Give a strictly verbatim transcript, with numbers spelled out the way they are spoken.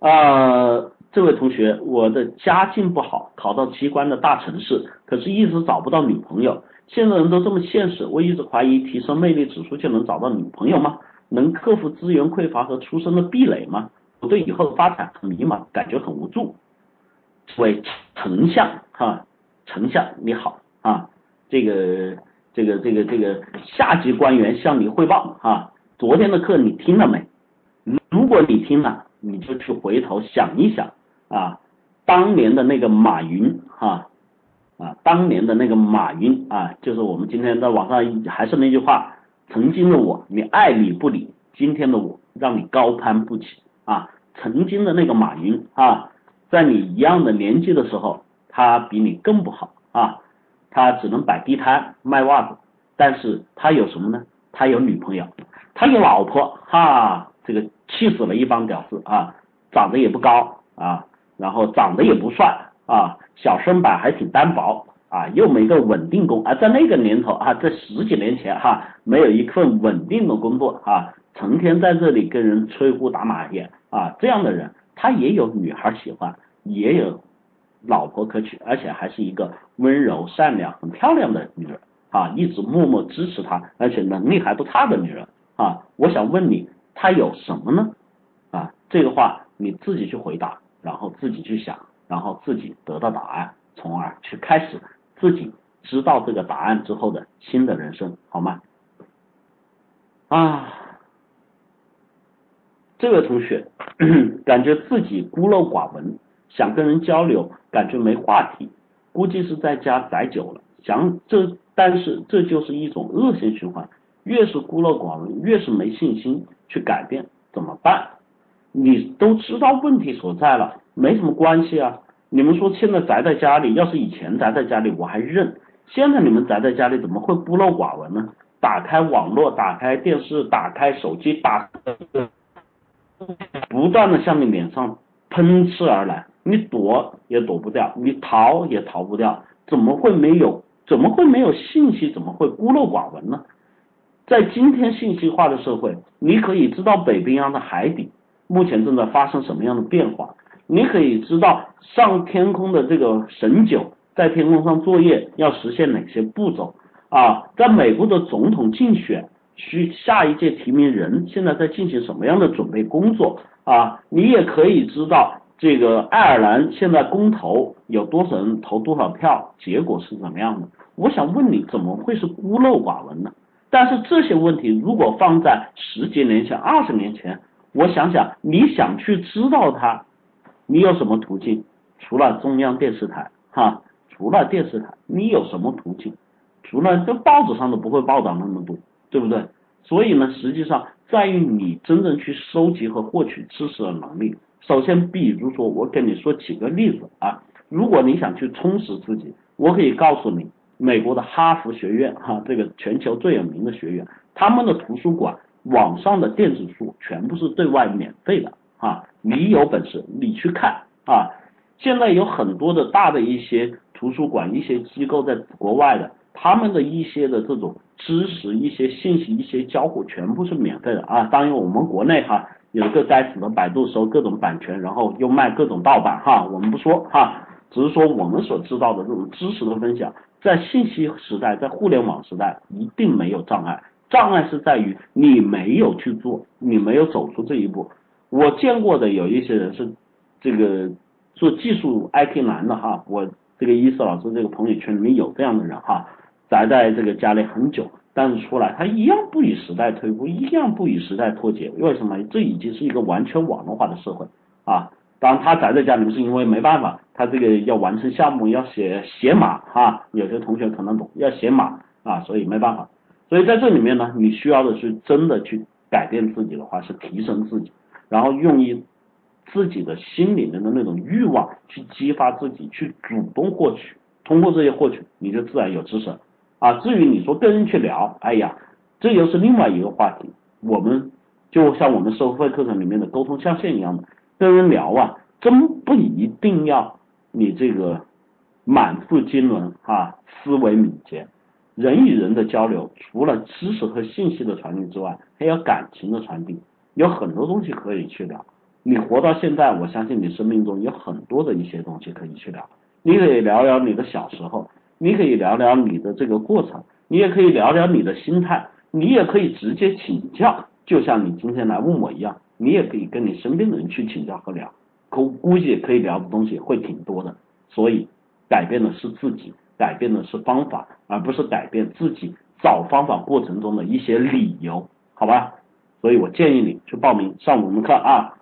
呃，这位同学，我的家境不好，考到机关的大城市，可是一直找不到女朋友。现在人都这么现实，我一直怀疑提升魅力指数就能找到女朋友吗？能克服资源匮乏和出身的壁垒吗？我对以后的发展很迷茫，感觉很无助。这位丞相哈，丞相你好啊，这个这个这个这个下级官员向你汇报啊，昨天的课你听了没？如果你听了，你就去回头想一想啊，当年的那个马云哈啊，当年的那个马云啊，就是我们今天在网上还是那句话，曾经的我你爱理不理，今天的我让你高攀不起啊，曾经的那个马云啊，在你一样的年纪的时候，他比你更不好啊，他只能摆地摊卖袜子，但是他有什么呢？他有女朋友，他有老婆哈，这个气死了一帮屌丝啊，长得也不高啊，然后长得也不帅啊，小身板还挺单薄啊，又没个稳定工啊，在那个年头啊，在十几年前哈，没有一份稳定的工作啊，成天在这里跟人吹呼打马眼啊，这样的人他也有女孩喜欢，也有老婆可娶，而且还是一个温柔善良很漂亮的女人啊，一直默默支持他，而且能力还不差的女人啊，我想问你，她有什么呢？啊，这个话你自己去回答，然后自己去想，然后自己得到答案，从而去开始自己知道这个答案之后的新的人生，好吗？啊，这位同学感觉自己孤陋寡闻，想跟人交流，感觉没话题，估计是在家宅久了，想这但是这就是一种恶性循环，越是孤陋寡闻，越是没信心去改变，怎么办？你都知道问题所在了，没什么关系啊。你们说现在宅在家里，要是以前宅在家里我还认，现在你们宅在家里怎么会孤陋寡闻呢？打开网络，打开电视，打开手机，打不断的向你脸上喷刺而来，你躲也躲不掉，你逃也逃不掉，怎么会没有？怎么会没有信息？怎么会孤陋寡闻呢？在今天信息化的社会，你可以知道北冰洋的海底目前正在发生什么样的变化，你可以知道上天空的这个神九在天空上作业要实现哪些步骤啊，在美国的总统竞选需下一届提名人现在在进行什么样的准备工作啊，你也可以知道这个爱尔兰现在公投有多少人投多少票，结果是怎么样的？我想问你，怎么会是孤陋寡闻呢？但是这些问题如果放在十几年前、二十年前，我想想，你想去知道它，你有什么途径？除了中央电视台，哈，除了电视台，你有什么途径？除了这报纸上都不会报道那么多，对不对？所以呢，实际上在于你真正去收集和获取知识的能力。首先，比如说，我跟你说几个例子啊，如果你想去充实自己，我可以告诉你，美国的哈佛学院哈，这个全球最有名的学院，他们的图书馆网上的电子书全部是对外免费的啊，你有本事你去看啊。现在有很多的大的一些图书馆、一些机构在国外的，他们的一些的这种知识、一些信息、一些交互全部是免费的啊。当然，我们国内哈有一个该死的百度收各种版权，然后又卖各种盗版哈，我们不说哈，只是说我们所知道的这种知识的分享，在信息时代，在互联网时代一定没有障碍，障碍是在于你没有去做，你没有走出这一步。我见过的有一些人是这个做技术 I T 男的哈，我这个伊思老师这个朋友圈里面有这样的人哈，宅在这个家里很久，但是出来他一样不与时代退步，一样不与时代脱节。为什么？这已经是一个完全网络化的社会啊。当然他宅在家里面是因为没办法，他这个要完成项目要写写码哈，有些同学可能懂，要写码啊，所以没办法。所以在这里面呢，你需要的是真的去改变自己的话，是提升自己，然后用一自己的心里面的那种欲望去激发自己，去主动获取，通过这些获取，你就自然有知识啊。至于你说跟人去聊，哎呀，这又是另外一个话题。我们就像我们收费课程里面的沟通象限一样的，跟人聊啊，真不一定要你这个满腹经纶啊，思维敏捷。人与人的交流，除了知识和信息的传递之外，还有感情的传递，有很多东西可以去聊。 你活到现在，我相信你生命中有很多的一些东西可以去聊。你可以聊聊你的小时候，你可以聊聊你的这个过程，你也可以聊聊你的心态，你也可以直接请教，就像你今天来问我一样，你也可以跟你身边的人去请教和聊，估估计可以聊的东西会挺多的。所以改变的是自己，改变的是方法，而不是改变自己找方法过程中的一些理由，好吧？所以我建议你去报名上我们的课啊。